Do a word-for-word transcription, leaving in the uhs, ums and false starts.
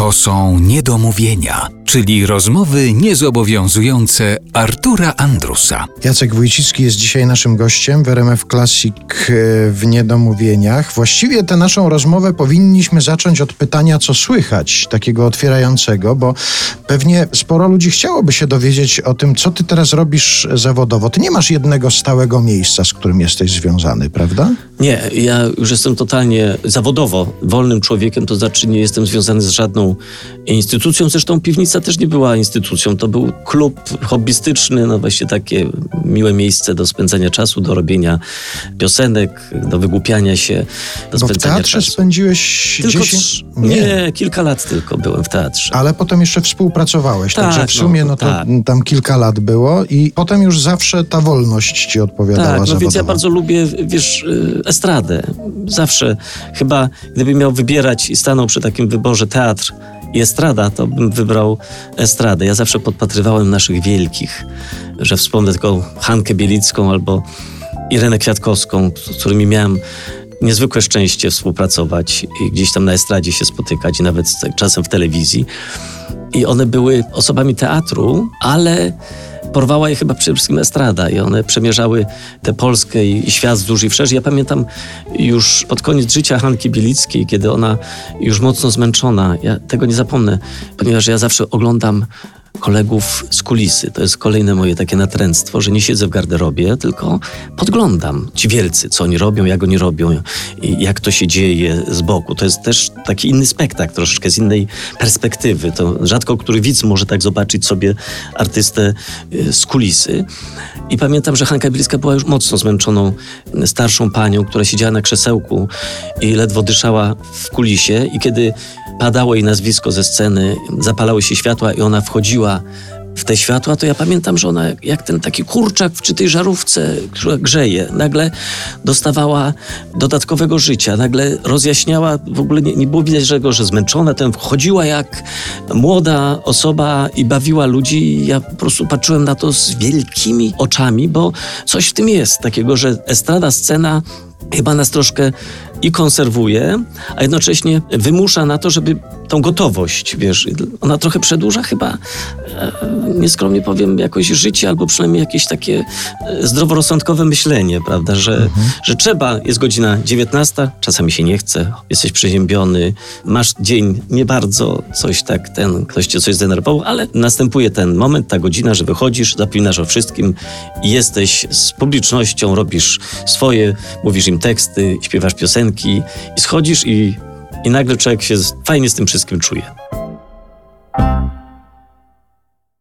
To są niedomówienia, czyli rozmowy niezobowiązujące Artura Andrusa. Jacek Wójcicki jest dzisiaj naszym gościem w R M F Classic w Niedomówieniach. Właściwie tę naszą rozmowę powinniśmy zacząć od pytania, co słychać, takiego otwierającego, bo pewnie sporo ludzi chciałoby się dowiedzieć o tym, co ty teraz robisz zawodowo. Ty nie masz jednego stałego miejsca, z którym jesteś związany, prawda? Nie, ja już jestem totalnie zawodowo wolnym człowiekiem, to znaczy nie jestem związany z żadną instytucją. Zresztą piwnica też nie była instytucją. To był klub hobbystyczny, no właśnie takie miłe miejsce do spędzania czasu, do robienia piosenek, do wygłupiania się, do Bo spędzania w teatrze czasu. spędziłeś Tylko dziesięć... Nie. nie, kilka lat tylko byłem w teatrze. Ale potem jeszcze współpracowałeś, Tak, także w sumie no, no to tak. tam kilka lat było i potem już zawsze ta wolność ci odpowiadała Tak, no zawodowo. więc ja bardzo lubię, wiesz, estradę. Zawsze chyba, gdybym miał wybierać i stanął przy takim wyborze teatr i estrada, to bym wybrał estradę. Ja zawsze podpatrywałem naszych wielkich, że wspomnę tylko Hankę Bielicką albo Irenę Kwiatkowską, z którymi miałem niezwykłe szczęście współpracować i gdzieś tam na estradzie się spotykać i nawet czasem w telewizji. I one były osobami teatru, ale porwała je chyba przede wszystkim estrada i one przemierzały tę Polskę i świat wzdłuż i wszerz. Ja pamiętam już pod koniec życia Hanki Bielickiej, kiedy ona już mocno zmęczona, ja tego nie zapomnę, ponieważ ja zawsze oglądam kolegów z kulisy. To jest kolejne moje takie natręctwo, że nie siedzę w garderobie, tylko podglądam ci wielcy, co oni robią, jak oni robią i jak to się dzieje z boku. To jest też taki inny spektakl, troszeczkę z innej perspektywy. To rzadko który widz może tak zobaczyć sobie artystę z kulisy. I pamiętam, że Hanka Bielicka była już mocno zmęczoną starszą panią, która siedziała na krzesełku i ledwo dyszała w kulisie i kiedy padało jej nazwisko ze sceny, zapalały się światła i ona wchodziła w te światła, to ja pamiętam, że ona jak ten taki kurczak przy tej żarówce, która grzeje, nagle dostawała dodatkowego życia, nagle rozjaśniała, w ogóle nie, nie było widać, że, że zmęczona, ten wchodziła jak młoda osoba i bawiła ludzi i ja po prostu patrzyłem na to z wielkimi oczami, bo coś w tym jest takiego, że estrada, scena chyba nas troszkę i konserwuje, a jednocześnie wymusza na to, żeby tą gotowość, wiesz, ona trochę przedłuża chyba, e, nieskromnie powiem, jakoś życie, albo przynajmniej jakieś takie e, zdroworozsądkowe myślenie, prawda, że, mhm. że trzeba, jest godzina dziewiętnasta, czasami się nie chce, jesteś przeziębiony, masz dzień nie bardzo, coś tak, ten, ktoś cię coś zdenerwował, ale następuje ten moment, ta godzina, że wychodzisz, zapominasz o wszystkim i jesteś z publicznością, robisz swoje, mówisz im teksty, śpiewasz piosenki i schodzisz i, i nagle człowiek się fajnie z tym wszystkim czuje.